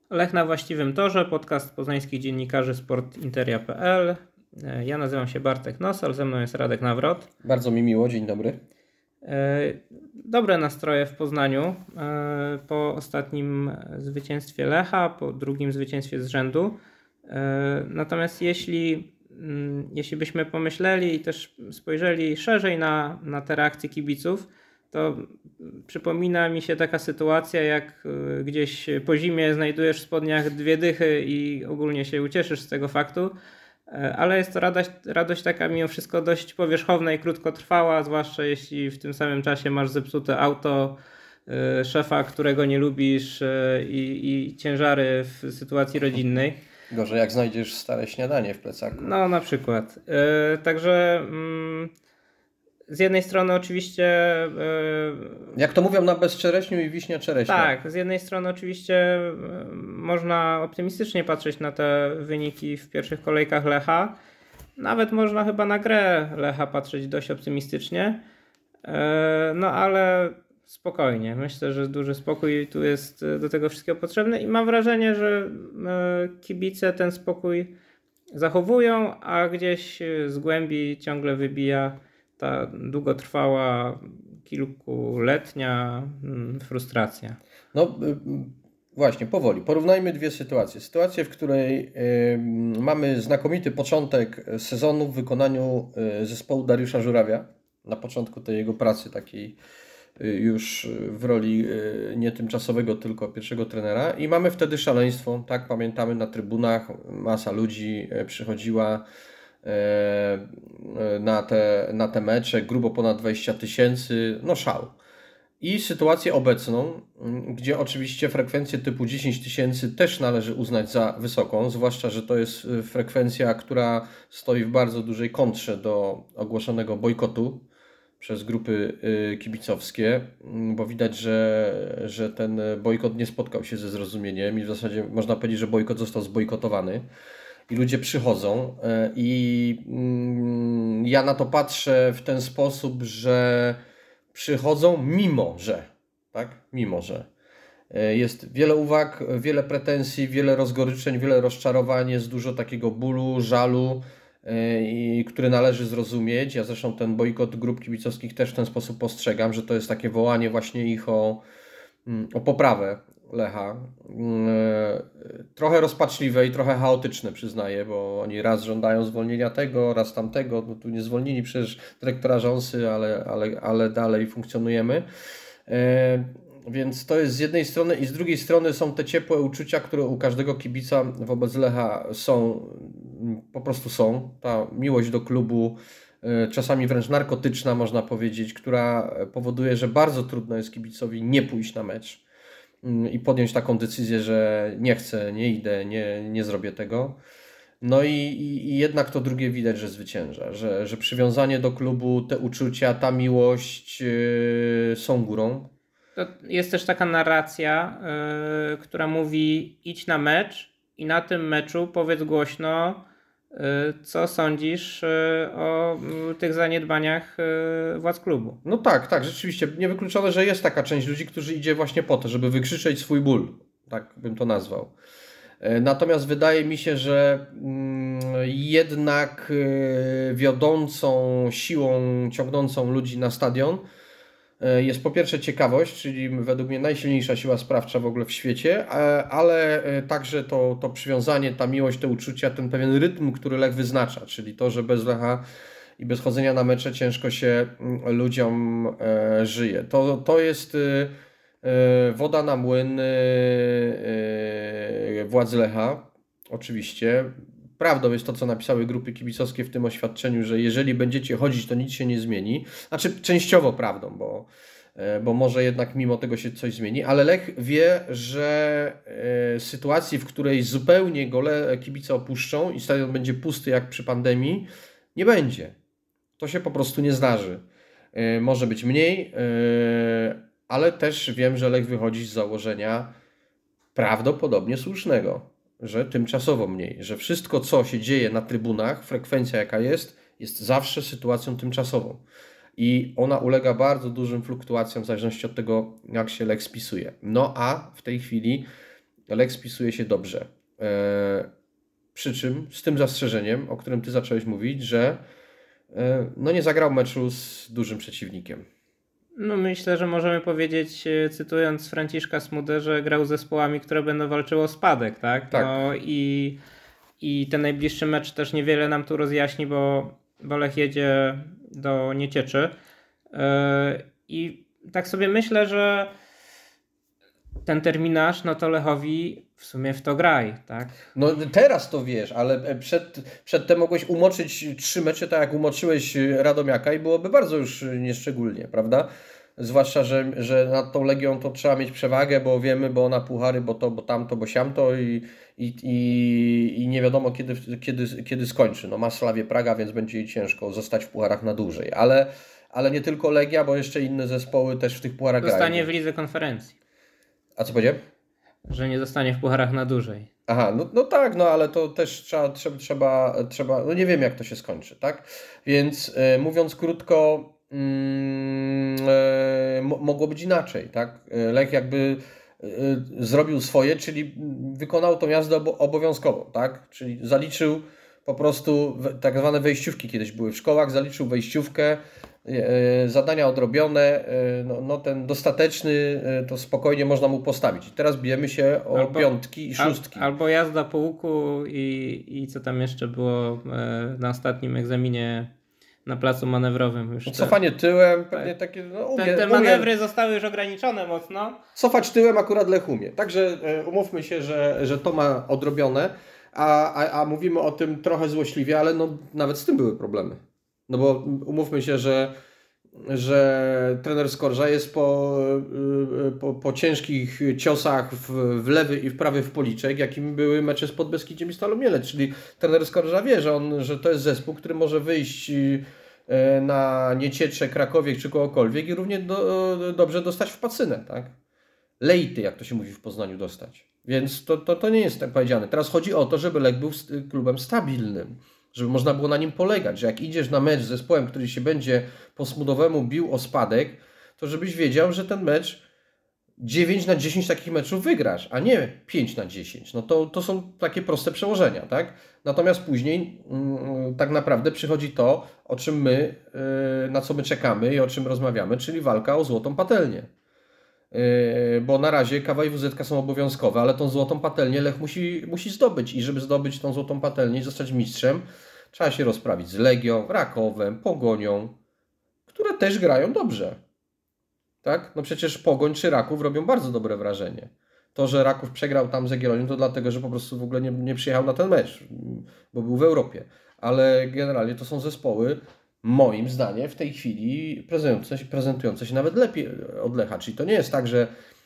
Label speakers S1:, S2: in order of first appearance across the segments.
S1: Lech na właściwym torze, podcast poznańskich dziennikarzy sportinteria.pl. Ja nazywam się Bartek Nosal, ze mną jest Radek Nawrot.
S2: Bardzo mi miło, dzień dobry.
S1: Dobre nastroje w Poznaniu po ostatnim zwycięstwie Lecha, po drugim zwycięstwie z rzędu. Natomiast jeśli byśmy pomyśleli i też spojrzeli szerzej na te reakcje kibiców, to przypomina mi się taka sytuacja, jak gdzieś po zimie znajdujesz w spodniach 2 dychy i ogólnie się ucieszysz z tego faktu, ale jest to radość taka mimo wszystko dość powierzchowna i krótkotrwała, zwłaszcza jeśli w tym samym czasie masz zepsute auto, szefa, którego nie lubisz i ciężary w sytuacji rodzinnej.
S2: Gorzej jak znajdziesz stare śniadanie w plecaku.
S1: No na przykład. Także z jednej strony oczywiście...
S2: Jak to mówią na bezczereśniu i wiśnia czereśnia.
S1: Tak, z jednej strony oczywiście można optymistycznie patrzeć na te wyniki w pierwszych kolejkach Lecha. Nawet można chyba na grę Lecha patrzeć dość optymistycznie. No ale spokojnie. Myślę, że duży spokój tu jest do tego wszystkiego potrzebny i mam wrażenie, że kibice ten spokój zachowują, a gdzieś z głębi ciągle wybija ta długotrwała, kilkuletnia frustracja.
S2: No właśnie, powoli. Porównajmy dwie sytuacje. Sytuację, w której mamy znakomity początek sezonu w wykonaniu zespołu Dariusza Żurawia. Na początku tej jego pracy takiej już w roli nie tymczasowego, tylko pierwszego trenera. I mamy wtedy szaleństwo. Tak, pamiętamy, na trybunach masa ludzi przychodziła na te mecze, grubo ponad 20 000, no szał. I sytuację obecną, gdzie oczywiście frekwencję typu 10 000 też należy uznać za wysoką, zwłaszcza, że to jest frekwencja, która stoi w bardzo dużej kontrze do ogłoszonego bojkotu przez grupy kibicowskie, bo widać, że ten bojkot nie spotkał się ze zrozumieniem i w zasadzie można powiedzieć, że bojkot został zbojkotowany. I ludzie przychodzą i ja na to patrzę w ten sposób, że przychodzą mimo że jest wiele uwag, wiele pretensji, wiele rozgoryczeń, wiele rozczarowań, jest dużo takiego bólu, żalu, który należy zrozumieć. Ja zresztą ten bojkot grup kibicowskich też w ten sposób postrzegam, że to jest takie wołanie właśnie ich o poprawę Lecha. Trochę rozpaczliwe i trochę chaotyczne, przyznaję, bo oni raz żądają zwolnienia tego, raz tamtego. No tu nie zwolnili przecież dyrektora Rząsy, ale dalej funkcjonujemy. Więc to jest z jednej strony i z drugiej strony są te ciepłe uczucia, które u każdego kibica wobec Lecha są, po prostu są. Ta miłość do klubu, czasami wręcz narkotyczna można powiedzieć, która powoduje, że bardzo trudno jest kibicowi nie pójść na mecz i podjąć taką decyzję, że nie chcę, nie idę, nie zrobię tego. No i jednak to drugie widać, że zwycięża, że przywiązanie do klubu, te uczucia, ta miłość są górą.
S1: To jest też taka narracja, która mówi idź na mecz i na tym meczu powiedz głośno, co sądzisz o tych zaniedbaniach władz klubu.
S2: No tak, rzeczywiście. Niewykluczone, że jest taka część ludzi, którzy idzie właśnie po to, żeby wykrzyczeć swój ból. Tak bym to nazwał. Natomiast wydaje mi się, że jednak wiodącą siłą ciągnącą ludzi na stadion jest po pierwsze ciekawość, czyli według mnie najsilniejsza siła sprawcza w ogóle w świecie, ale także to przywiązanie, ta miłość, te uczucia, ten pewien rytm, który Lech wyznacza, czyli to, że bez Lecha i bez chodzenia na mecze ciężko się ludziom żyje. To jest woda na młyn władz Lecha, oczywiście. Prawdą jest to, co napisały grupy kibicowskie w tym oświadczeniu, że jeżeli będziecie chodzić, to nic się nie zmieni. Znaczy częściowo prawdą, bo może jednak mimo tego się coś zmieni, ale Lech wie, że sytuacji, w której zupełnie go kibice opuszczą i stadion będzie pusty jak przy pandemii, nie będzie. To się po prostu nie zdarzy. Może być mniej, ale też wiem, że Lech wychodzi z założenia prawdopodobnie słusznego, że tymczasowo mniej, że wszystko, co się dzieje na trybunach, frekwencja jaka jest zawsze sytuacją tymczasową. I ona ulega bardzo dużym fluktuacjom w zależności od tego, jak się Lech spisuje. No a w tej chwili Lech spisuje się dobrze. Przy czym z tym zastrzeżeniem, o którym Ty zacząłeś mówić, że no nie zagrał meczu z dużym przeciwnikiem.
S1: No myślę, że możemy powiedzieć, cytując Franciszka Smudę, że grał z zespołami, które będą walczyły o spadek, tak?
S2: Tak.
S1: No i ten najbliższy mecz też niewiele nam tu rozjaśni, bo Lech jedzie do Niecieczy. I tak sobie myślę, że ten terminarz, no to Lechowi w sumie w to graj, tak?
S2: No teraz to wiesz, ale przedtem mogłeś umoczyć 3 mecze, tak jak umoczyłeś Radomiaka i byłoby bardzo już nieszczególnie, prawda? Zwłaszcza, że nad tą Legią to trzeba mieć przewagę, bo wiemy, bo ona puchary, bo to, bo tamto, bo siamto i nie wiadomo kiedy skończy. No ma Slawię Praga, więc będzie jej ciężko zostać w pucharach na dłużej, ale nie tylko Legia, bo jeszcze inne zespoły też w tych pucharach grają.
S1: Zostanie w lidze konferencji.
S2: A co powiedziałem?
S1: Że nie zostanie w pucharach na dłużej.
S2: Aha, no tak, no ale to też trzeba, no nie wiem jak to się skończy, tak? Więc mówiąc krótko, mogło być inaczej, tak? Lech jakby zrobił swoje, czyli wykonał tą jazdę obowiązkową, tak? Czyli zaliczył po prostu tak zwane wejściówki kiedyś były w szkołach, zaliczył wejściówkę, zadania odrobione, no ten dostateczny to spokojnie można mu postawić. I teraz bijemy się o piątki i szóstki.
S1: Albo jazda po łuku i co tam jeszcze było na ostatnim egzaminie na placu manewrowym. Już
S2: cofanie tyłem, pewnie takie... No,
S1: te manewry zostały już ograniczone mocno.
S2: Cofać tyłem akurat Lech umie. Także umówmy się, że to ma odrobione, a mówimy o tym trochę złośliwie, ale no, nawet z tym były problemy. No bo umówmy się, że trener Skorża jest po ciężkich ciosach w lewy i w prawy w policzek, jakim były mecze z Podbeskidziem i Stalą Mielec. Czyli trener Skorża wie, że to jest zespół, który może wyjść na Nieciecze, Krakowie czy kogokolwiek i równie dobrze dostać w pacynę, tak? Lejty, jak to się mówi w Poznaniu, dostać. Więc to nie jest tak powiedziane. Teraz chodzi o to, żeby Lech był klubem stabilnym, żeby można było na nim polegać, że jak idziesz na mecz z zespołem, który się będzie po Smudowemu bił o spadek, to żebyś wiedział, że ten mecz 9 na 10 takich meczów wygrasz, a nie 5 na 10. No to są takie proste przełożenia, tak? Natomiast później tak naprawdę przychodzi to, o czym my, na co my czekamy i o czym rozmawiamy, czyli walka o złotą patelnię. Bo na razie Kawa i WZK są obowiązkowe, ale tą złotą patelnię Lech musi zdobyć i żeby zdobyć tą złotą patelnię i zostać mistrzem, trzeba się rozprawić z Legią, Rakowem, Pogonią, które też grają dobrze. Tak? No przecież Pogoń czy Raków robią bardzo dobre wrażenie. To, że Raków przegrał tam z Jagiellonią, to dlatego, że po prostu w ogóle nie przyjechał na ten mecz, bo był w Europie. Ale generalnie to są zespoły, moim zdaniem, w tej chwili prezentujące się nawet lepiej od Lecha. Czyli to nie jest tak, że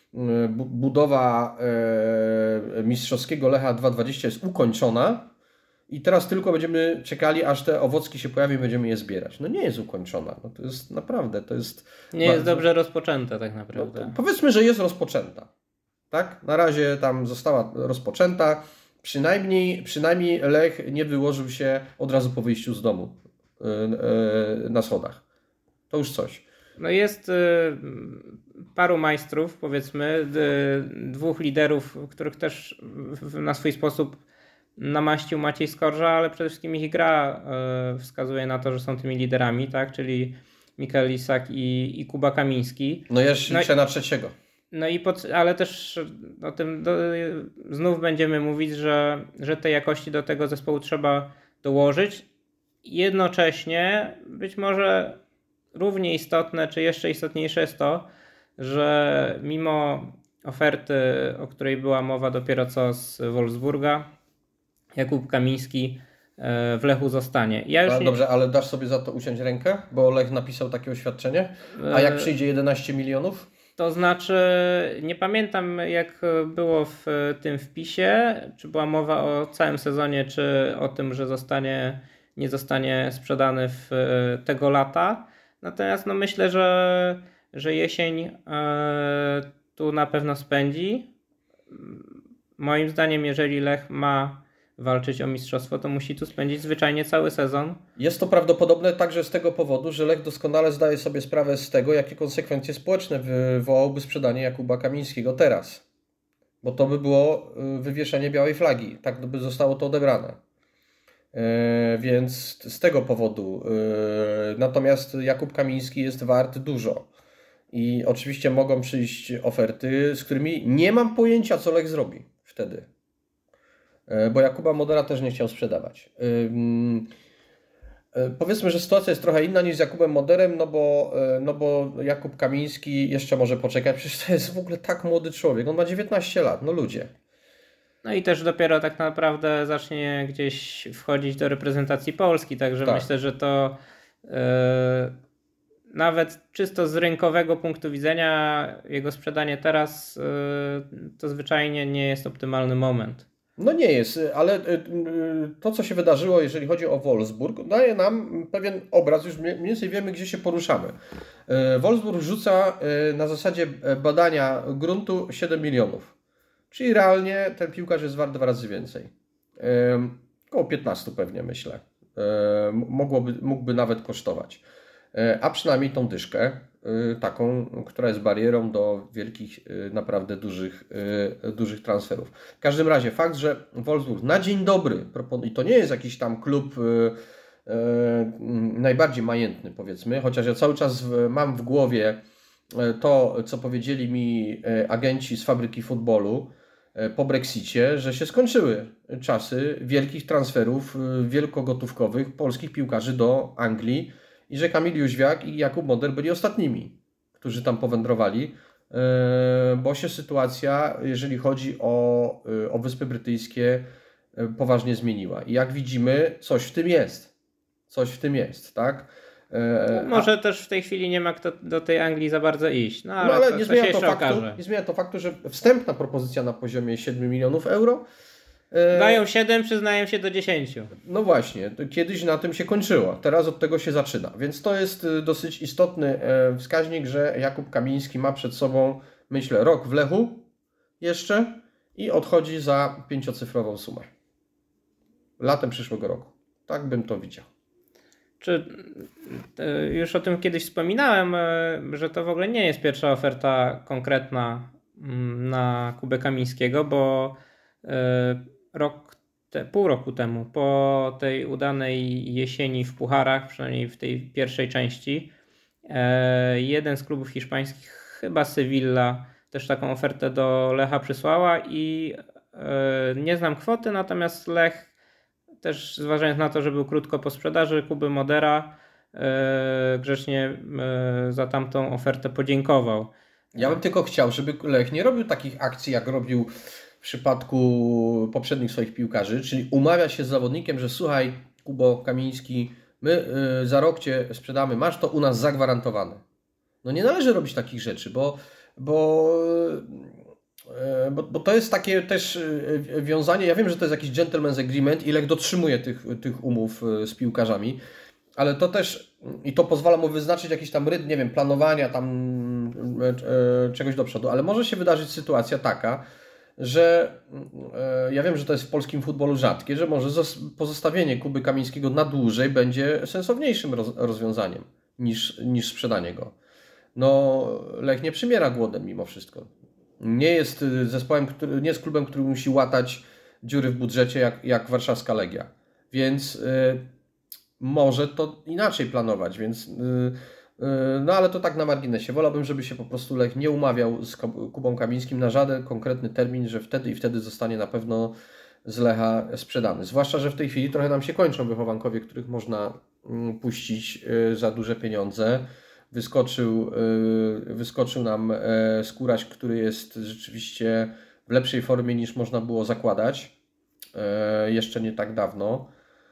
S2: budowa mistrzowskiego Lecha 2.20 jest ukończona i teraz tylko będziemy czekali, aż te owocki się pojawią i będziemy je zbierać. No nie jest ukończona. No to jest naprawdę, to jest...
S1: Nie jest dobrze rozpoczęta tak naprawdę.
S2: No powiedzmy, że jest rozpoczęta. Tak? Na razie tam została rozpoczęta. Przynajmniej Lech nie wyłożył się od razu po wyjściu z domu na schodach. To już coś.
S1: No jest paru majstrów, powiedzmy, dwóch liderów, których też na swój sposób namaścił Maciej Skorża, ale przede wszystkim ich gra wskazuje na to, że są tymi liderami, tak? Czyli Mikael Isak i Kuba Kamiński.
S2: No ja liczę na trzeciego.
S1: No i ale też o tym znów będziemy mówić, że tej jakości do tego zespołu trzeba dołożyć. Jednocześnie być może równie istotne, czy jeszcze istotniejsze jest to, że mimo oferty, o której była mowa dopiero co z Wolfsburga, Jakub Kamiński w Lechu zostanie.
S2: Dobrze, ale dasz sobie za to uciąć rękę? Bo Lech napisał takie oświadczenie. A jak przyjdzie 11 milionów?
S1: To znaczy, nie pamiętam jak było w tym wpisie, czy była mowa o całym sezonie, czy o tym, że nie zostanie sprzedany w tego lata. Natomiast no myślę, że jesień tu na pewno spędzi. Moim zdaniem, jeżeli Lech ma walczyć o mistrzostwo, to musi tu spędzić zwyczajnie cały sezon.
S2: Jest to prawdopodobne także z tego powodu, że Lech doskonale zdaje sobie sprawę z tego, jakie konsekwencje społeczne wywołałoby sprzedanie Jakuba Kamińskiego teraz. bo to by było wywieszenie białej flagi, tak by zostało to odebrane. Więc z tego powodu. Natomiast Jakub Kamiński jest wart dużo. I oczywiście mogą przyjść oferty, z którymi nie mam pojęcia, co Lech zrobi wtedy. Bo Jakuba Modera też nie chciał sprzedawać. Powiedzmy, że sytuacja jest trochę inna niż z Jakubem Moderem, no bo Jakub Kamiński jeszcze może poczekać. Przecież to jest w ogóle tak młody człowiek. On ma 19 lat, no ludzie.
S1: No i też dopiero tak naprawdę zacznie gdzieś wchodzić do reprezentacji Polski, także
S2: Tak.
S1: myślę, że to nawet czysto z rynkowego punktu widzenia jego sprzedanie teraz to zwyczajnie nie jest optymalny moment.
S2: No nie jest, ale to, co się wydarzyło, jeżeli chodzi o Wolfsburg, daje nam pewien obraz, już mniej więcej wiemy, gdzie się poruszamy. Wolfsburg rzuca na zasadzie badania gruntu 7 milionów. Czyli realnie ten piłkarz jest wart 2 razy więcej. Około 15 pewnie, myślę. Mógłby nawet kosztować. A przynajmniej tą dyszkę, taką, która jest barierą do wielkich, naprawdę dużych transferów. W każdym razie fakt, że Wolfsburg na dzień dobry, i to nie jest jakiś tam klub najbardziej majętny, powiedzmy, chociaż ja cały czas mam w głowie to, co powiedzieli mi agenci z fabryki futbolu po Brexicie, że się skończyły czasy wielkich transferów wielkogotówkowych polskich piłkarzy do Anglii i że Kamil Jóźwiak i Jakub Moder byli ostatnimi, którzy tam powędrowali, bo się sytuacja, jeżeli chodzi o Wyspy Brytyjskie, poważnie zmieniła. I jak widzimy, coś w tym jest. Coś w tym jest, tak?
S1: Może też w tej chwili nie ma kto do tej Anglii za bardzo iść. No ale,
S2: nie zmienia to faktu, że wstępna propozycja na poziomie 7 milionów euro.
S1: Dają 7, przyznają się do 10.
S2: No właśnie, to kiedyś na tym się kończyło, teraz od tego się zaczyna. Więc to jest dosyć istotny wskaźnik, że Jakub Kamiński ma przed sobą, myślę, rok w Lechu jeszcze i odchodzi za 5-cyfrową sumę. Latem przyszłego roku. Tak bym to widział.
S1: Już o tym kiedyś wspominałem, że to w ogóle nie jest pierwsza oferta konkretna na Kubę Kamińskiego, bo pół roku temu, po tej udanej jesieni w pucharach, przynajmniej w tej pierwszej części, jeden z klubów hiszpańskich, chyba Sevilla, też taką ofertę do Lecha przysłała i nie znam kwoty, natomiast Lech też zważając na to, że był krótko po sprzedaży Kuby Modera, grzecznie za tamtą ofertę podziękował.
S2: Ja bym tylko chciał, żeby Lech nie robił takich akcji, jak robił w przypadku poprzednich swoich piłkarzy, czyli umawia się z zawodnikiem, że słuchaj, Kubo Kamiński, my za rok Cię sprzedamy, masz to u nas zagwarantowane. No nie należy robić takich rzeczy, bo to jest takie też wiązanie, ja wiem, że to jest jakiś gentleman's agreement i Lech dotrzymuje tych umów z piłkarzami, ale to też, i to pozwala mu wyznaczyć jakiś tam rytm, nie wiem, planowania tam czegoś do przodu, ale może się wydarzyć sytuacja taka, że ja wiem, że to jest w polskim futbolu rzadkie, że może pozostawienie Kuby Kamińskiego na dłużej będzie sensowniejszym rozwiązaniem niż sprzedanie go. No, Lech nie przymiera głodem mimo wszystko. Nie jest zespołem, nie jest klubem, który musi łatać dziury w budżecie jak warszawska Legia. Więc może to inaczej planować, więc no ale to tak na marginesie. Wolałbym, żeby się po prostu Lech nie umawiał z Kubą Kamińskim na żaden konkretny termin, że wtedy i wtedy zostanie na pewno z Lecha sprzedany. Zwłaszcza, że w tej chwili trochę nam się kończą wychowankowie, których można puścić za duże pieniądze. Wyskoczył nam Skóraś, który jest rzeczywiście w lepszej formie niż można było zakładać jeszcze nie tak dawno.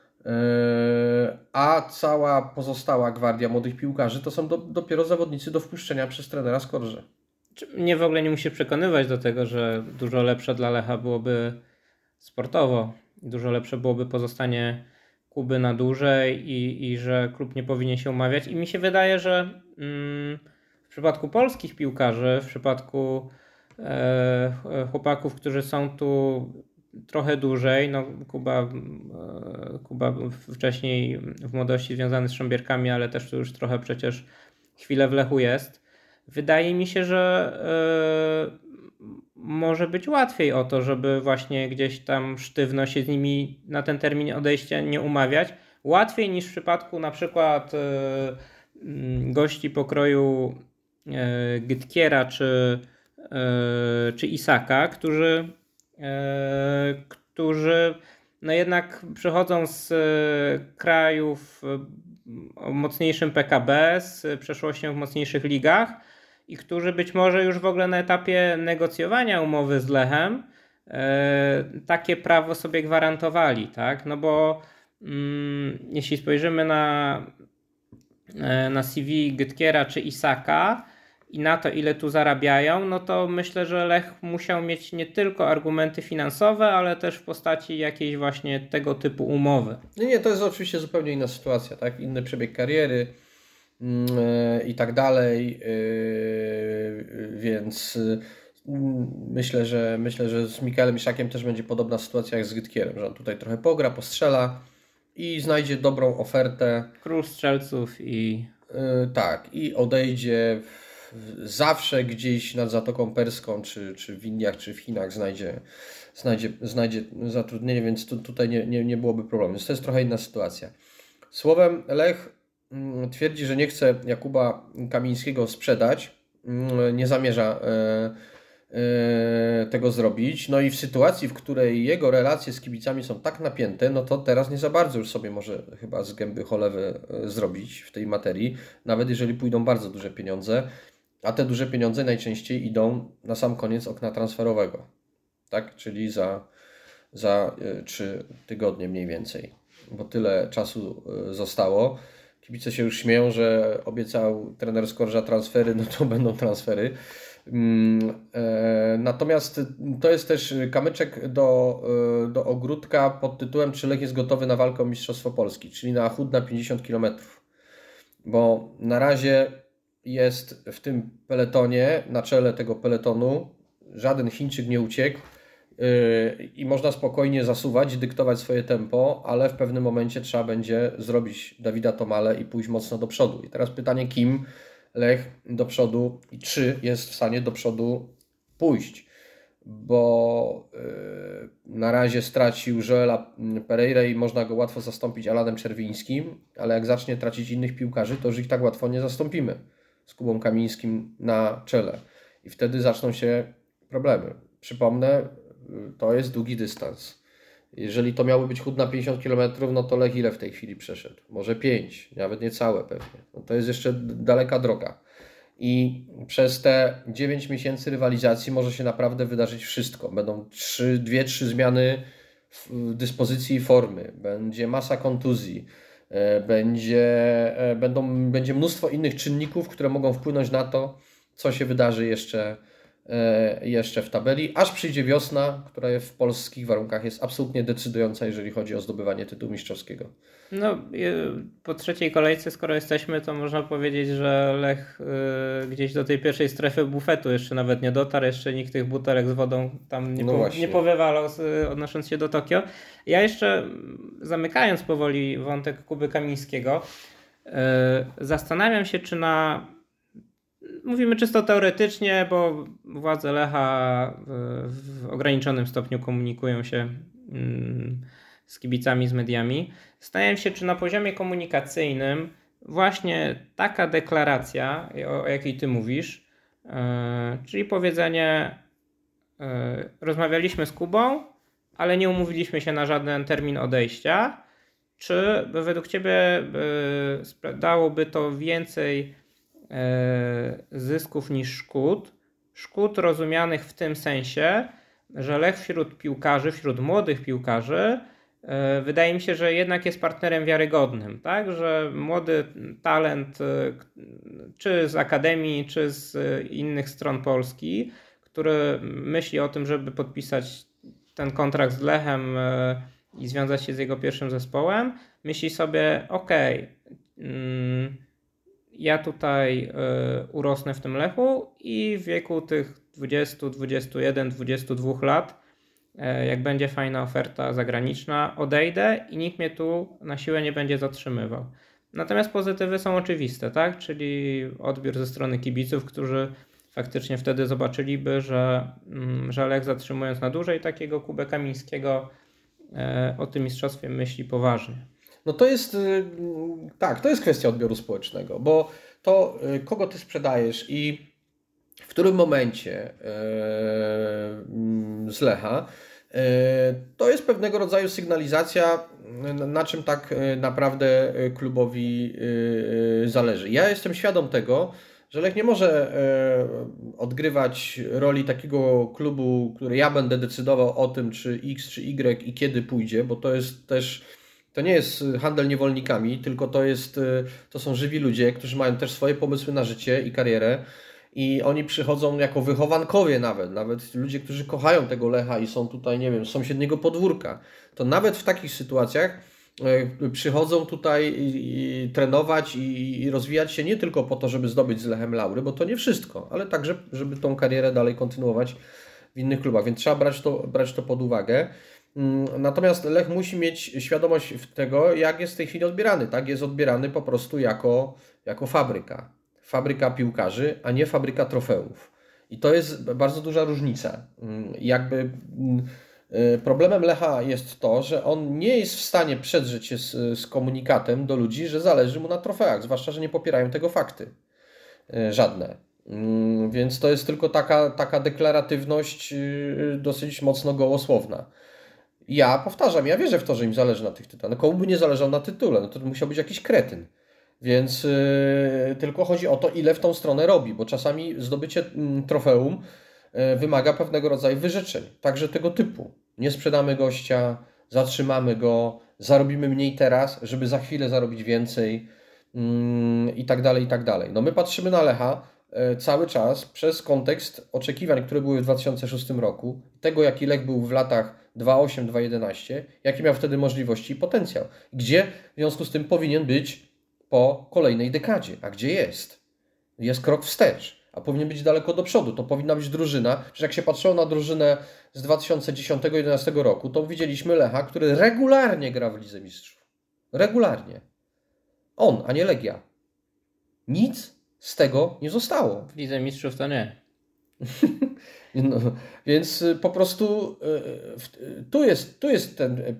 S2: A cała pozostała gwardia młodych piłkarzy to są dopiero zawodnicy do wpuszczenia przez trenera Skorżę.
S1: Mnie w ogóle nie musi przekonywać do tego, że dużo lepsze dla Lecha byłoby sportowo. Dużo lepsze byłoby pozostanie Kuby na dłużej i że klub nie powinien się umawiać. I mi się wydaje, że w przypadku polskich piłkarzy, w przypadku chłopaków, którzy są tu trochę dłużej, no Kuba wcześniej w młodości związany z Szambierkami, ale też tu już trochę przecież chwilę w Lechu jest. Wydaje mi się, że może być łatwiej o to, żeby właśnie gdzieś tam sztywno się z nimi na ten termin odejścia nie umawiać. Łatwiej niż w przypadku na przykład gości pokroju Gytkiera czy Isaka, którzy no jednak przychodzą z krajów o mocniejszym PKB, z przeszłością w mocniejszych ligach i którzy być może już w ogóle na etapie negocjowania umowy z Lechem takie prawo sobie gwarantowali, tak? No bo jeśli spojrzymy na CV Gytkiera czy Isaka i na to, ile tu zarabiają, no to myślę, że Lech musiał mieć nie tylko argumenty finansowe, ale też w postaci jakiejś właśnie tego typu umowy.
S2: Nie, to jest oczywiście zupełnie inna sytuacja, tak? Inny przebieg kariery i tak dalej, więc myślę, że z Mikaelem Isakiem też będzie podobna sytuacja jak z Gytkierem, że on tutaj trochę pogra, postrzela i znajdzie dobrą ofertę.
S1: Król strzelców i...
S2: Tak, i odejdzie zawsze gdzieś nad Zatoką Perską, czy w Indiach, czy w Chinach znajdzie zatrudnienie, więc tutaj nie byłoby problemu. Więc to jest trochę inna sytuacja. Słowem, Lech twierdzi, że nie chce Jakuba Kamińskiego sprzedać, nie zamierza tego zrobić. No i w sytuacji, w której jego relacje z kibicami są tak napięte, no to teraz nie za bardzo już sobie może chyba z gęby cholewę zrobić w tej materii, nawet jeżeli pójdą bardzo duże pieniądze, a te duże pieniądze najczęściej idą na sam koniec okna transferowego, tak? Czyli za 3 tygodnie mniej więcej, bo tyle czasu zostało. Kibice się już śmieją, że obiecał trener Skorża transfery, no to będą transfery. Natomiast to jest też kamyczek do ogródka pod tytułem, czy Lech jest gotowy na walkę o Mistrzostwo Polski, czyli na chód na 50 km. Bo na razie jest w tym peletonie, na czele tego peletonu, żaden Chińczyk nie uciekł i można spokojnie zasuwać, dyktować swoje tempo, ale w pewnym momencie trzeba będzie zrobić Dawida Tomale i pójść mocno do przodu. I teraz pytanie, kim Lech do przodu i czy jest w stanie do przodu pójść, bo na razie stracił Joela Pereira i można go łatwo zastąpić Alanem Czerwińskim, ale jak zacznie tracić innych piłkarzy, to już ich tak łatwo nie zastąpimy z Kubą Kamińskim na czele i wtedy zaczną się problemy. Przypomnę, to jest długi dystans. Jeżeli to miały być chód na 50 km, no to Lech ile w tej chwili przeszedł? Może 5, nawet niecałe pewnie. No to jest jeszcze daleka droga. I przez te 9 miesięcy rywalizacji może się naprawdę wydarzyć wszystko. Będą 2-3 zmiany w dyspozycji i formy. Będzie masa kontuzji. Będzie mnóstwo innych czynników, które mogą wpłynąć na to, co się wydarzy jeszcze w tabeli, aż przyjdzie wiosna, która w polskich warunkach jest absolutnie decydująca, jeżeli chodzi o zdobywanie tytułu mistrzowskiego.
S1: No, po trzeciej kolejce, skoro jesteśmy, to można powiedzieć, że Lech gdzieś do tej pierwszej strefy bufetu jeszcze nawet nie dotarł, jeszcze nikt tych butelek z wodą tam nie powywalał, odnosząc się do Tokio. Ja jeszcze, zamykając powoli wątek Kuby Kamińskiego, zastanawiam się, czy mówimy czysto teoretycznie, bo władze Lecha w ograniczonym stopniu komunikują się z kibicami, z mediami. Zastanawiam się, czy na poziomie komunikacyjnym właśnie taka deklaracja, o jakiej ty mówisz, czyli powiedzenie, rozmawialiśmy z Kubą, ale nie umówiliśmy się na żaden termin odejścia, czy według ciebie dałoby to więcej zysków niż szkód? Szkód rozumianych w tym sensie, że Lech wśród piłkarzy, wśród młodych piłkarzy, wydaje mi się, że jednak jest partnerem wiarygodnym, tak? Że młody talent, czy z akademii, czy z innych stron Polski, który myśli o tym, żeby podpisać ten kontrakt z Lechem i związać się z jego pierwszym zespołem, myśli sobie, ja tutaj urosnę w tym Lechu i w wieku tych 20, 21, 22 lat, jak będzie fajna oferta zagraniczna, odejdę i nikt mnie tu na siłę nie będzie zatrzymywał. Natomiast pozytywy są oczywiste, tak? Czyli odbiór ze strony kibiców, którzy faktycznie wtedy zobaczyliby, że Lech, zatrzymując na dłużej takiego Kubę Kamińskiego, o tym mistrzostwie myśli poważnie.
S2: No to jest, tak, to jest kwestia odbioru społecznego, bo to, kogo ty sprzedajesz i w którym momencie z Lecha, to jest pewnego rodzaju sygnalizacja, na czym tak naprawdę klubowi zależy. Ja jestem świadom tego, że Lech nie może odgrywać roli takiego klubu, który ja będę decydował o tym, czy X, czy Y i kiedy pójdzie, bo to jest też, to nie jest handel niewolnikami, tylko to są żywi ludzie, którzy mają też swoje pomysły na życie i karierę i oni przychodzą jako wychowankowie nawet ludzie, którzy kochają tego Lecha i są tutaj, nie wiem, z sąsiedniego podwórka. To nawet w takich sytuacjach przychodzą tutaj trenować i rozwijać się nie tylko po to, żeby zdobyć z Lechem laury, bo to nie wszystko, ale także, żeby tą karierę dalej kontynuować w innych klubach, więc trzeba brać to pod uwagę. Natomiast Lech musi mieć świadomość tego, jak jest w tej chwili odbierany. Tak? Jest odbierany po prostu jako fabryka. Fabryka piłkarzy, a nie fabryka trofeów. I to jest bardzo duża różnica. Jakby problemem Lecha jest to, że on nie jest w stanie przedrzeć się z komunikatem do ludzi, że zależy mu na trofeach, zwłaszcza, że nie popierają tego fakty. Żadne. Więc to jest tylko taka deklaratywność dosyć mocno gołosłowna. Ja powtarzam, ja wierzę w to, że im zależy na tych tytułach. No komu by nie zależało na tytule? No to musiał być jakiś kretyn. Więc tylko chodzi o to, ile w tą stronę robi, bo czasami zdobycie trofeum wymaga pewnego rodzaju wyrzeczeń, także tego typu. Nie sprzedamy gościa, zatrzymamy go, zarobimy mniej teraz, żeby za chwilę zarobić więcej i tak dalej, i tak dalej. No my patrzymy na Lecha cały czas przez kontekst oczekiwań, które były w 2006 roku, tego jaki Lech był w latach 2008-2011, jakie miał wtedy możliwości i potencjał, gdzie w związku z tym powinien być po kolejnej dekadzie, a gdzie jest? Jest krok wstecz, a powinien być daleko do przodu. To powinna być drużyna, przecież jak się patrzyło na drużynę z 2010-2011 roku, to widzieliśmy Lecha, który regularnie gra w Lidze Mistrzów. Regularnie. On, a nie Legia. Nic z tego nie zostało.
S1: W Lidze Mistrzów to nie.
S2: No, więc po prostu tu jest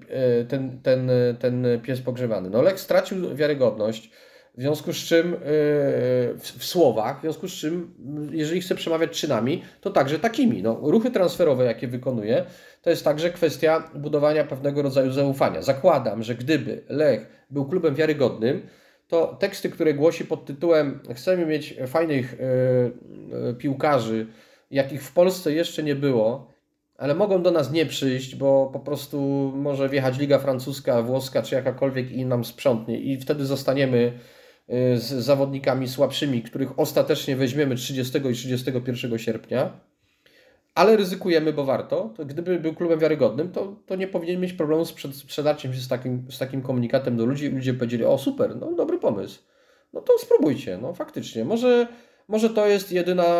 S2: ten pies pogrzebany. No, Lech stracił wiarygodność, w związku z czym w słowach, w związku z czym jeżeli chce przemawiać czynami, to także takimi. No, ruchy transferowe, jakie wykonuje, to jest także kwestia budowania pewnego rodzaju zaufania. Zakładam, że gdyby Lech był klubem wiarygodnym, to teksty, które głosi pod tytułem chcemy mieć fajnych piłkarzy, jakich w Polsce jeszcze nie było, ale mogą do nas nie przyjść, bo po prostu może wjechać Liga Francuska, Włoska czy jakakolwiek i nam sprzątnie i wtedy zostaniemy z zawodnikami słabszymi, których ostatecznie weźmiemy 30 i 31 sierpnia, ale ryzykujemy, bo warto. To gdyby był klubem wiarygodnym, to nie powinien mieć problemu z przedarciem się z takim komunikatem do ludzi. Ludzie powiedzieli, o super, no dobry pomysł. No to spróbujcie, no faktycznie. Może to jest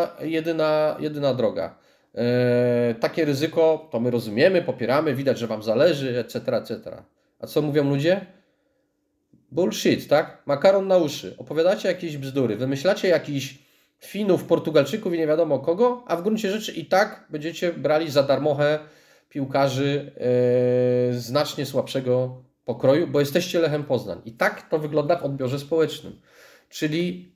S2: jedyna droga. Takie ryzyko to my rozumiemy, popieramy, widać, że Wam zależy, etc., etc. A co mówią ludzie? Bullshit, tak? Makaron na uszy. Opowiadacie jakieś bzdury, wymyślacie jakichś Finów, Portugalczyków i nie wiadomo kogo, a w gruncie rzeczy i tak będziecie brali za darmochę piłkarzy znacznie słabszego pokroju, bo jesteście Lechem Poznań. I tak to wygląda w odbiorze społecznym. Czyli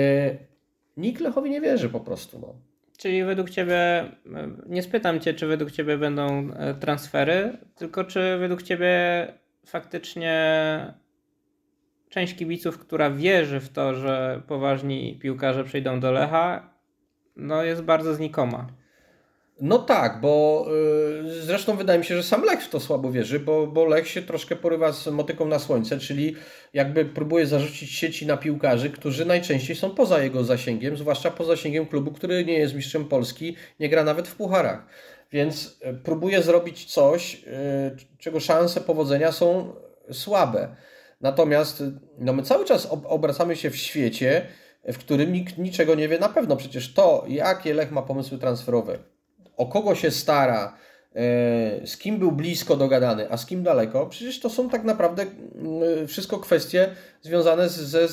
S2: nikt Lechowi nie wierzy po prostu. No.
S1: Czyli według Ciebie, nie spytam Cię, czy według Ciebie będą transfery, tylko czy według Ciebie faktycznie część kibiców, która wierzy w to, że poważni piłkarze przyjdą do Lecha, no jest bardzo znikoma.
S2: No tak, bo zresztą wydaje mi się, że sam Lech w to słabo wierzy, bo Lech się troszkę porywa z motyką na słońce, czyli jakby próbuje zarzucić sieci na piłkarzy, którzy najczęściej są poza jego zasięgiem, zwłaszcza poza zasięgiem klubu, który nie jest mistrzem Polski, nie gra nawet w pucharach. Więc próbuje zrobić coś, czego szanse powodzenia są słabe. Natomiast no my cały czas obracamy się w świecie, w którym nikt niczego nie wie na pewno. Przecież to, jakie Lech ma pomysły transferowe, o kogo się stara, z kim był blisko dogadany, a z kim daleko, przecież to są tak naprawdę wszystko kwestie związane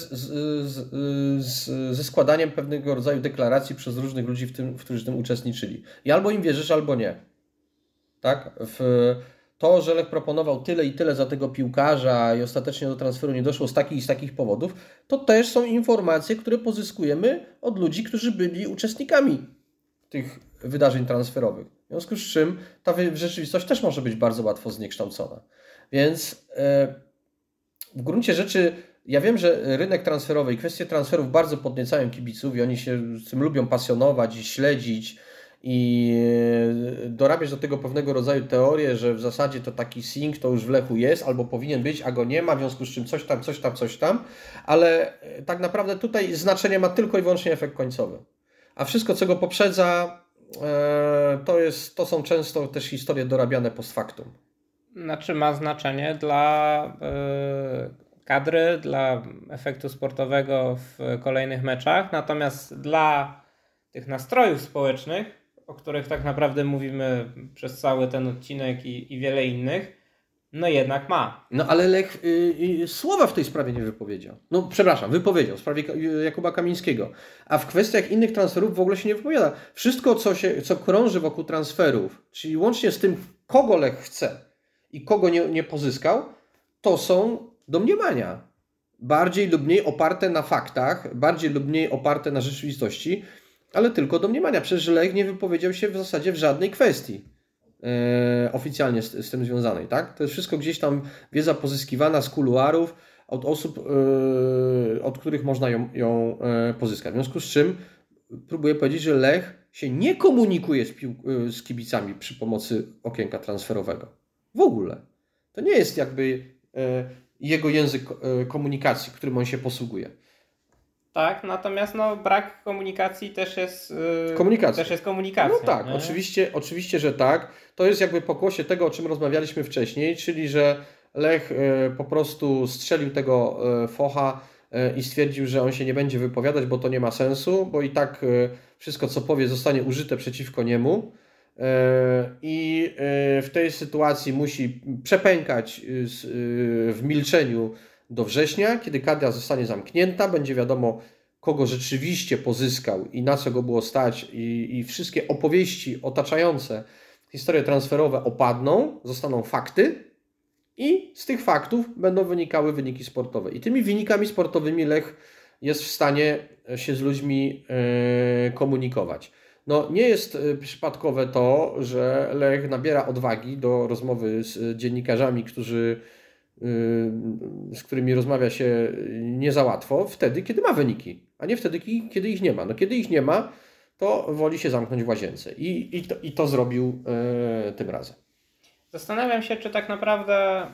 S2: ze składaniem pewnego rodzaju deklaracji przez różnych ludzi, którzy w tym uczestniczyli. I albo im wierzysz, albo nie. Tak? To, że Lech proponował tyle i tyle za tego piłkarza i ostatecznie do transferu nie doszło z takich powodów, to też są informacje, które pozyskujemy od ludzi, którzy byli uczestnikami tych wydarzeń transferowych. W związku z czym ta rzeczywistość też może być bardzo łatwo zniekształcona. Więc w gruncie rzeczy ja wiem, że rynek transferowy i kwestie transferów bardzo podniecają kibiców i oni się z tym lubią pasjonować i śledzić i dorabiać do tego pewnego rodzaju teorię, że w zasadzie to taki Sing to już w Lechu jest albo powinien być, a go nie ma, w związku z czym coś tam, ale tak naprawdę tutaj znaczenie ma tylko i wyłącznie efekt końcowy. A wszystko, co go poprzedza, to są często też historie dorabiane post factum.
S1: Znaczy ma znaczenie dla kadry, dla efektu sportowego w kolejnych meczach, natomiast dla tych nastrojów społecznych, o których tak naprawdę mówimy przez cały ten odcinek i wiele innych, no jednak ma.
S2: No ale Lech słowa w tej sprawie nie wypowiedział. No przepraszam, wypowiedział w sprawie Jakuba Kamińskiego. A w kwestiach innych transferów w ogóle się nie wypowiada. Wszystko, co krąży wokół transferów, czyli łącznie z tym, kogo Lech chce i kogo nie pozyskał, to są domniemania. Bardziej lub mniej oparte na faktach, bardziej lub mniej oparte na rzeczywistości, ale tylko domniemania. Przecież Lech nie wypowiedział się w zasadzie w żadnej kwestii oficjalnie z tym związanej. Tak? To jest wszystko gdzieś tam wiedza pozyskiwana z kuluarów od osób, od których można ją pozyskać. W związku z czym próbuję powiedzieć, że Lech się nie komunikuje z kibicami przy pomocy okienka transferowego. W ogóle. To nie jest jakby jego język komunikacji, którym on się posługuje.
S1: Tak, natomiast brak komunikacji też jest komunikacja.
S2: No tak, oczywiście, że tak. To jest jakby pokłosie tego, o czym rozmawialiśmy wcześniej, czyli że Lech po prostu strzelił tego focha i stwierdził, że on się nie będzie wypowiadać, bo to nie ma sensu, bo i tak wszystko, co powie, zostanie użyte przeciwko niemu. I w tej sytuacji musi przepękać w milczeniu do września, kiedy kadra zostanie zamknięta, będzie wiadomo, kogo rzeczywiście pozyskał i na co go było stać i wszystkie opowieści otaczające historie transferowe opadną, zostaną fakty i z tych faktów będą wynikały wyniki sportowe. I tymi wynikami sportowymi Lech jest w stanie się z ludźmi komunikować. No, nie jest przypadkowe to, że Lech nabiera odwagi do rozmowy z dziennikarzami, z którymi rozmawia się nie za łatwo, wtedy, kiedy ma wyniki, a nie wtedy, kiedy ich nie ma. No, kiedy ich nie ma, to woli się zamknąć w łazience. I to zrobił tym razem.
S1: Zastanawiam się, czy tak naprawdę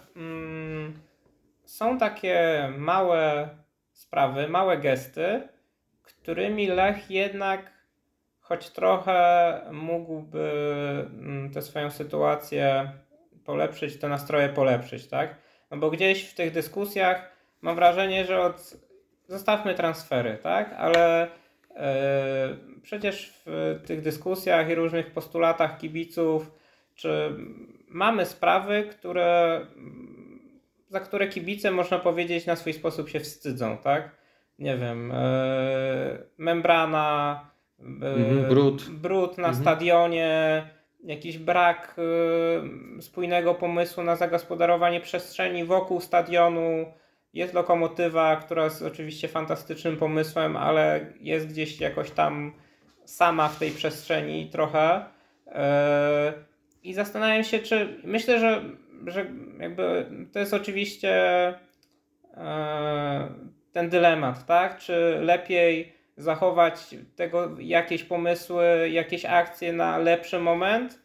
S1: są takie małe sprawy, małe gesty, którymi Lech jednak choć trochę mógłby tę swoją sytuację polepszyć, te nastroje polepszyć, tak? No bo gdzieś w tych dyskusjach mam wrażenie, że zostawmy transfery, tak? Ale przecież w tych dyskusjach i różnych postulatach kibiców, czy mamy sprawy, za które kibice, można powiedzieć, na swój sposób się wstydzą, tak? Nie wiem, membrana, brud na stadionie, jakiś brak spójnego pomysłu na zagospodarowanie przestrzeni wokół stadionu. Jest lokomotywa, która jest oczywiście fantastycznym pomysłem, ale jest gdzieś jakoś tam sama w tej przestrzeni trochę. I zastanawiam się, myślę, że jakby to jest oczywiście ten dylemat, tak? Czy lepiej zachować jakieś pomysły, jakieś akcje na lepszy moment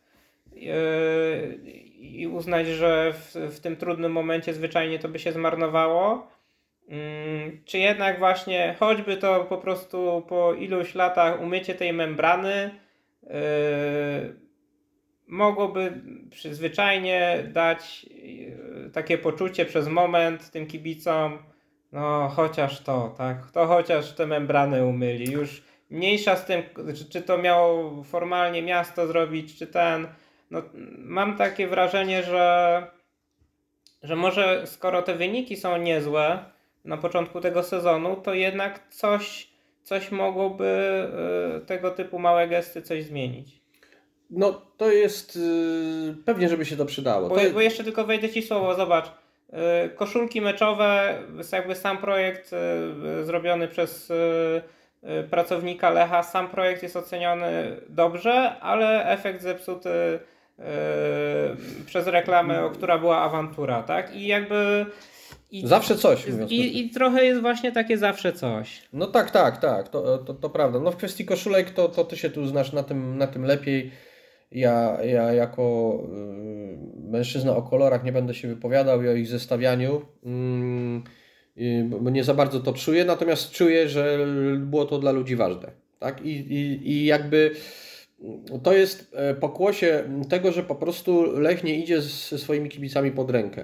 S1: i uznać, że w tym trudnym momencie zwyczajnie to by się zmarnowało, czy jednak właśnie choćby to po prostu po iluś latach umycie tej membrany mogłoby zwyczajnie dać takie poczucie przez moment tym kibicom, no chociaż to, tak, to chociaż te membrany umyli, już mniejsza z tym, czy to miało formalnie miasto zrobić, czy no, mam takie wrażenie, że może skoro te wyniki są niezłe na początku tego sezonu, to jednak coś mogłoby tego typu małe gesty coś zmienić.
S2: No to jest pewnie, żeby się to przydało.
S1: Bo jeszcze tylko wejdę ci słowo, zobacz. Koszulki meczowe, jakby sam projekt zrobiony przez pracownika Lecha, sam projekt jest oceniony dobrze, ale efekt zepsuty przez reklamę, która była awantura, tak? I jakby...
S2: Zawsze coś.
S1: I trochę jest właśnie takie zawsze coś.
S2: No tak, to prawda. No w kwestii koszulek to ty się tu znasz na tym lepiej. Ja jako mężczyzna o kolorach nie będę się wypowiadał i o ich zestawianiu, bo nie za bardzo to czuję, natomiast czuję, że było to dla ludzi ważne. Tak? I jakby to jest pokłosie tego, że po prostu Lech nie idzie ze swoimi kibicami pod rękę.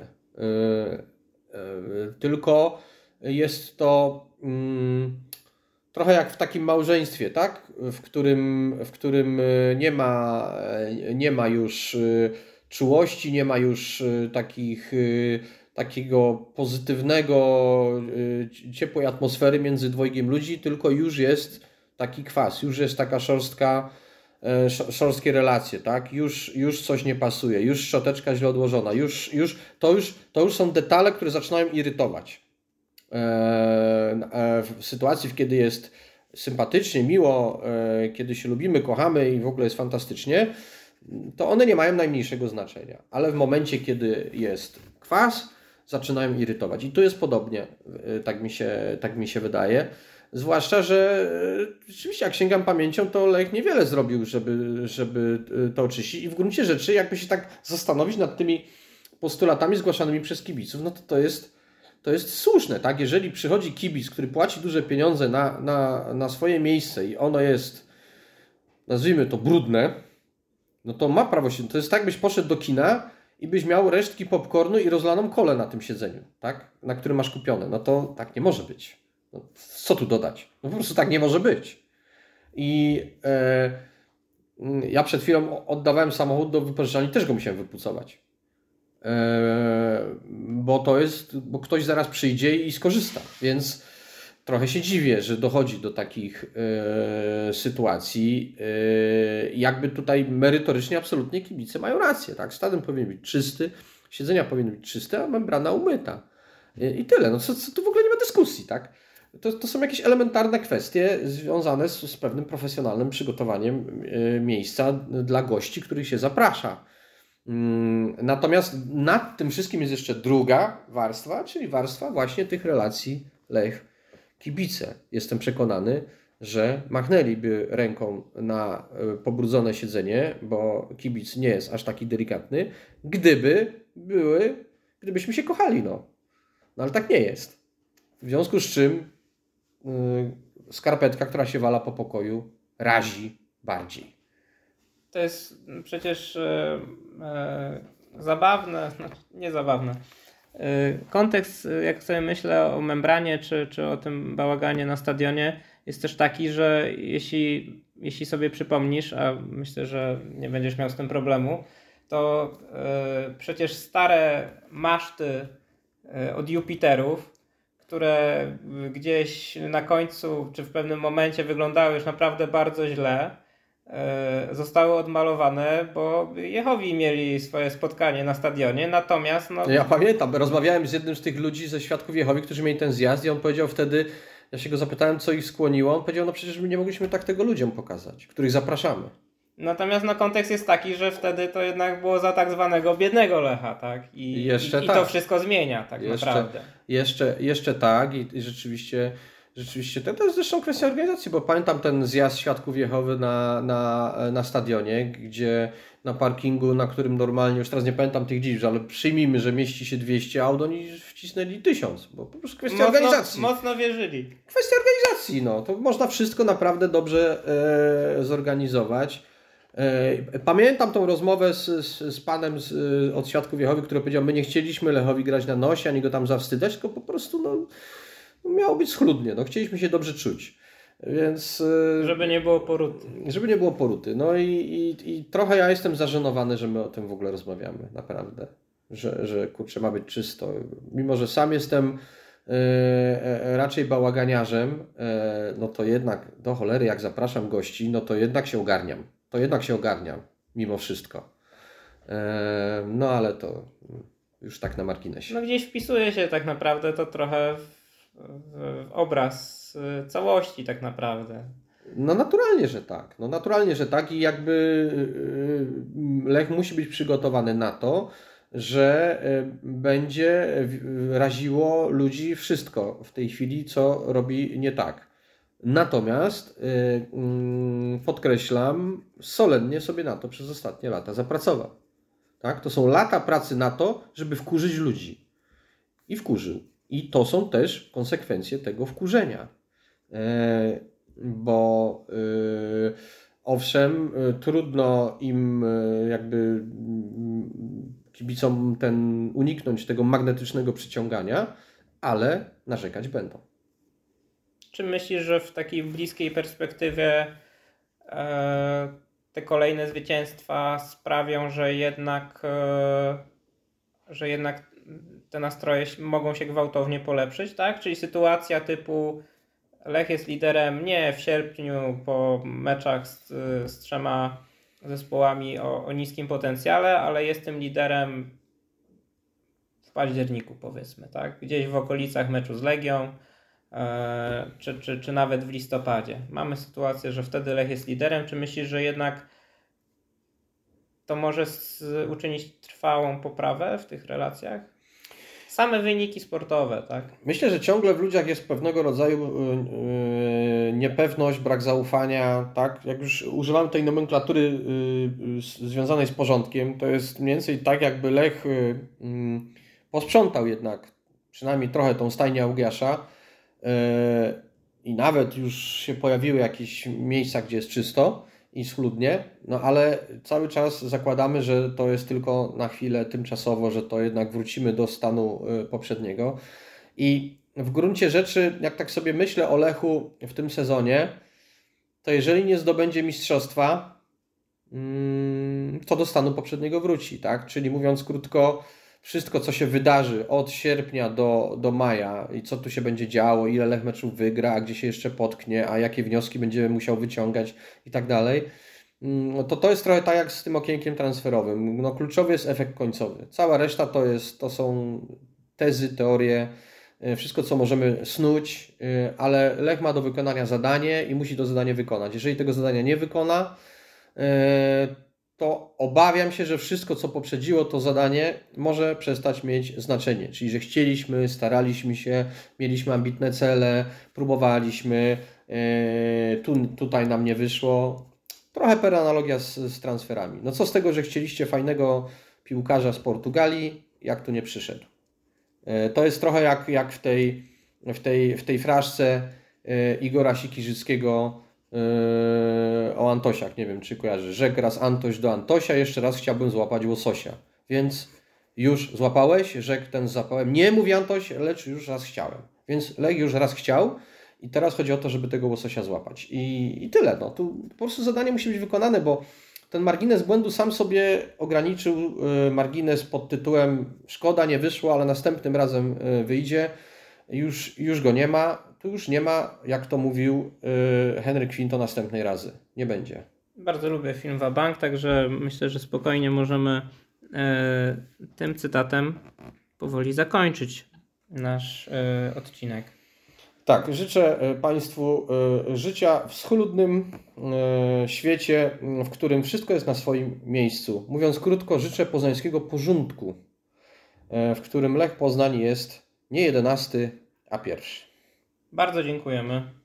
S2: Tylko jest to trochę jak w takim małżeństwie, tak? W którym nie ma już czułości, nie ma już takiego pozytywnego, ciepłej atmosfery między dwojgiem ludzi, tylko już jest taki kwas, już jest taka szorstkie relacje, tak? Już coś nie pasuje, już szczoteczka źle odłożona, to już są detale, które zaczynają irytować. W sytuacji, kiedy jest sympatycznie, miło, kiedy się lubimy, kochamy i w ogóle jest fantastycznie, to one nie mają najmniejszego znaczenia. Ale w momencie, kiedy jest kwas, zaczynają irytować. I tu jest podobnie, tak mi się wydaje. Zwłaszcza, że rzeczywiście jak sięgam pamięcią, to Lech niewiele zrobił, żeby to oczyścić. I w gruncie rzeczy, jakby się tak zastanowić nad tymi postulatami zgłaszanymi przez kibiców, no to jest słuszne, tak? Jeżeli przychodzi kibic, który płaci duże pieniądze na swoje miejsce i ono jest, nazwijmy to, brudne, no to ma prawo się, to jest tak, byś poszedł do kina i byś miał resztki popcornu i rozlaną kolę na tym siedzeniu, tak? Na którym masz kupione. No to tak nie może być. No, co tu dodać? No po prostu tak nie może być. I ja przed chwilą oddawałem samochód do wypożyczalni, też go musiałem wypucować. Bo ktoś zaraz przyjdzie i skorzysta, więc trochę się dziwię, że dochodzi do takich sytuacji. Jakby tutaj merytorycznie absolutnie kibice mają rację, tak? Stadion powinien być czysty, siedzenia powinny być czyste, a membrana umyta. I tyle. No co tu w ogóle nie ma dyskusji, tak? To są jakieś elementarne kwestie związane z pewnym profesjonalnym przygotowaniem miejsca dla gości, których się zaprasza. Natomiast nad tym wszystkim jest jeszcze druga warstwa, czyli warstwa właśnie tych relacji Lech-kibice. Jestem przekonany, że machnęliby ręką na pobrudzone siedzenie, bo kibic nie jest aż taki delikatny, gdybyśmy się kochali, no. No ale tak nie jest. W związku z czym skarpetka, która się wala po pokoju, razi bardziej.
S1: To jest przecież zabawne, znaczy nie zabawne. Kontekst, jak sobie myślę o membranie czy o tym bałaganie na stadionie, jest też taki, że jeśli sobie przypomnisz, a myślę, że nie będziesz miał z tym problemu, to przecież stare maszty od Jupiterów, które gdzieś na końcu czy w pewnym momencie wyglądały już naprawdę bardzo źle, zostały odmalowane, bo Jehowi mieli swoje spotkanie na stadionie, natomiast...
S2: Ja pamiętam, rozmawiałem z jednym z tych ludzi ze Świadków Jehowi, którzy mieli ten zjazd i on powiedział wtedy, ja się go zapytałem, co ich skłoniło, on powiedział, no przecież my nie mogliśmy tak tego ludziom pokazać, których zapraszamy.
S1: Natomiast kontekst jest taki, że wtedy to jednak było za tak zwanego biednego Lecha, tak? I
S2: tak.
S1: To wszystko zmienia tak naprawdę.
S2: Jeszcze tak i rzeczywiście to jest zresztą kwestia organizacji, bo pamiętam ten zjazd Świadków Jehowy na stadionie, gdzie na parkingu, na którym normalnie, już teraz nie pamiętam tych liczb, ale przyjmijmy, że mieści się 200 aut, oni wcisnęli 1000, bo po prostu kwestia organizacji.
S1: Mocno wierzyli.
S2: Kwestia organizacji, no. To można wszystko naprawdę dobrze zorganizować. Pamiętam tą rozmowę z panem od Świadków Jehowy, który powiedział, my nie chcieliśmy Lechowi grać na nosie, ani go tam zawstydzać, tylko po prostu miało być schludnie, chcieliśmy się dobrze czuć. Więc...
S1: Żeby nie było poruty.
S2: Żeby nie było poruty. No i trochę ja jestem zażenowany, że my o tym w ogóle rozmawiamy, naprawdę. Że kurczę, ma być czysto. Mimo, że sam jestem raczej bałaganiarzem, no to jednak do cholery, jak zapraszam gości, no to jednak się ogarniam. Mimo wszystko. No ale to już tak na marginesie.
S1: No gdzieś wpisuje się tak naprawdę to trochę w obraz całości tak naprawdę.
S2: No naturalnie, że tak i jakby Lech musi być przygotowany na to, że będzie raziło ludzi wszystko w tej chwili, co robi nie tak. Natomiast podkreślam, solennie sobie na to przez ostatnie lata zapracował. Tak? To są lata pracy na to, żeby wkurzyć ludzi. I wkurzył. I to są też konsekwencje tego wkurzenia. Bo owszem, trudno im jakby kibicom uniknąć tego magnetycznego przyciągania, ale narzekać będą.
S1: Czy myślisz, że w takiej bliskiej perspektywie te kolejne zwycięstwa sprawią, że jednak te nastroje mogą się gwałtownie polepszyć, tak? Czyli sytuacja typu Lech jest liderem nie w sierpniu po meczach z 3 zespołami o niskim potencjale, ale jest tym liderem w październiku, powiedzmy, tak? Gdzieś w okolicach meczu z Legią, czy nawet w listopadzie. Mamy sytuację, że wtedy Lech jest liderem. Czy myślisz, że jednak to może uczynić trwałą poprawę w tych relacjach? Same wyniki sportowe, tak?
S2: Myślę, że ciągle w ludziach jest pewnego rodzaju niepewność, brak zaufania, tak? Jak już używamy tej nomenklatury związanej z porządkiem, to jest mniej więcej tak, jakby Lech posprzątał jednak przynajmniej trochę tą stajnię Augiasza i nawet już się pojawiły jakieś miejsca, gdzie jest czysto i schludnie, no ale cały czas zakładamy, że to jest tylko na chwilę tymczasowo, że to jednak wrócimy do stanu poprzedniego. I w gruncie rzeczy, jak tak sobie myślę o Lechu w tym sezonie, to jeżeli nie zdobędzie mistrzostwa, to do stanu poprzedniego wróci, tak? Czyli mówiąc krótko, wszystko co się wydarzy od sierpnia do maja i co tu się będzie działo, ile Lech meczów wygra, a gdzie się jeszcze potknie, a jakie wnioski będzie musiał wyciągać i tak dalej, to jest trochę tak jak z tym okienkiem transferowym. No, kluczowy jest efekt końcowy. Cała reszta to są tezy, teorie, wszystko co możemy snuć, ale Lech ma do wykonania zadanie i musi to zadanie wykonać. Jeżeli tego zadania nie wykona, to obawiam się, że wszystko, co poprzedziło to zadanie, może przestać mieć znaczenie. Czyli, że chcieliśmy, staraliśmy się, mieliśmy ambitne cele, próbowaliśmy, tutaj nam nie wyszło. Trochę per analogia z transferami. No co z tego, że chcieliście fajnego piłkarza z Portugalii, jak tu nie przyszedł. To jest trochę jak w tej fraszce Igora Sikorzyckiego o Antosiach, nie wiem czy kojarzy. Rzekł raz Antoś do Antosia, jeszcze raz chciałbym złapać łososia. Więc już złapałeś, rzekł ten z zapałem. Nie mówi Antoś, lecz już raz chciałem. Więc Lech już raz chciał i teraz chodzi o to, żeby tego łososia złapać. I tyle. No. Tu po prostu zadanie musi być wykonane, bo ten margines błędu sam sobie ograniczył margines pod tytułem szkoda, nie wyszło, ale następnym razem wyjdzie. Już go nie ma. Tu już nie ma, jak to mówił Henryk Kwinto, następnej razy. Nie będzie.
S1: Bardzo lubię film Wabank, także myślę, że spokojnie możemy tym cytatem powoli zakończyć nasz odcinek.
S2: Tak, życzę Państwu życia w schludnym świecie, w którym wszystko jest na swoim miejscu. Mówiąc krótko, życzę poznańskiego porządku, w którym Lech Poznań jest nie 11, a 1.
S1: Bardzo dziękujemy.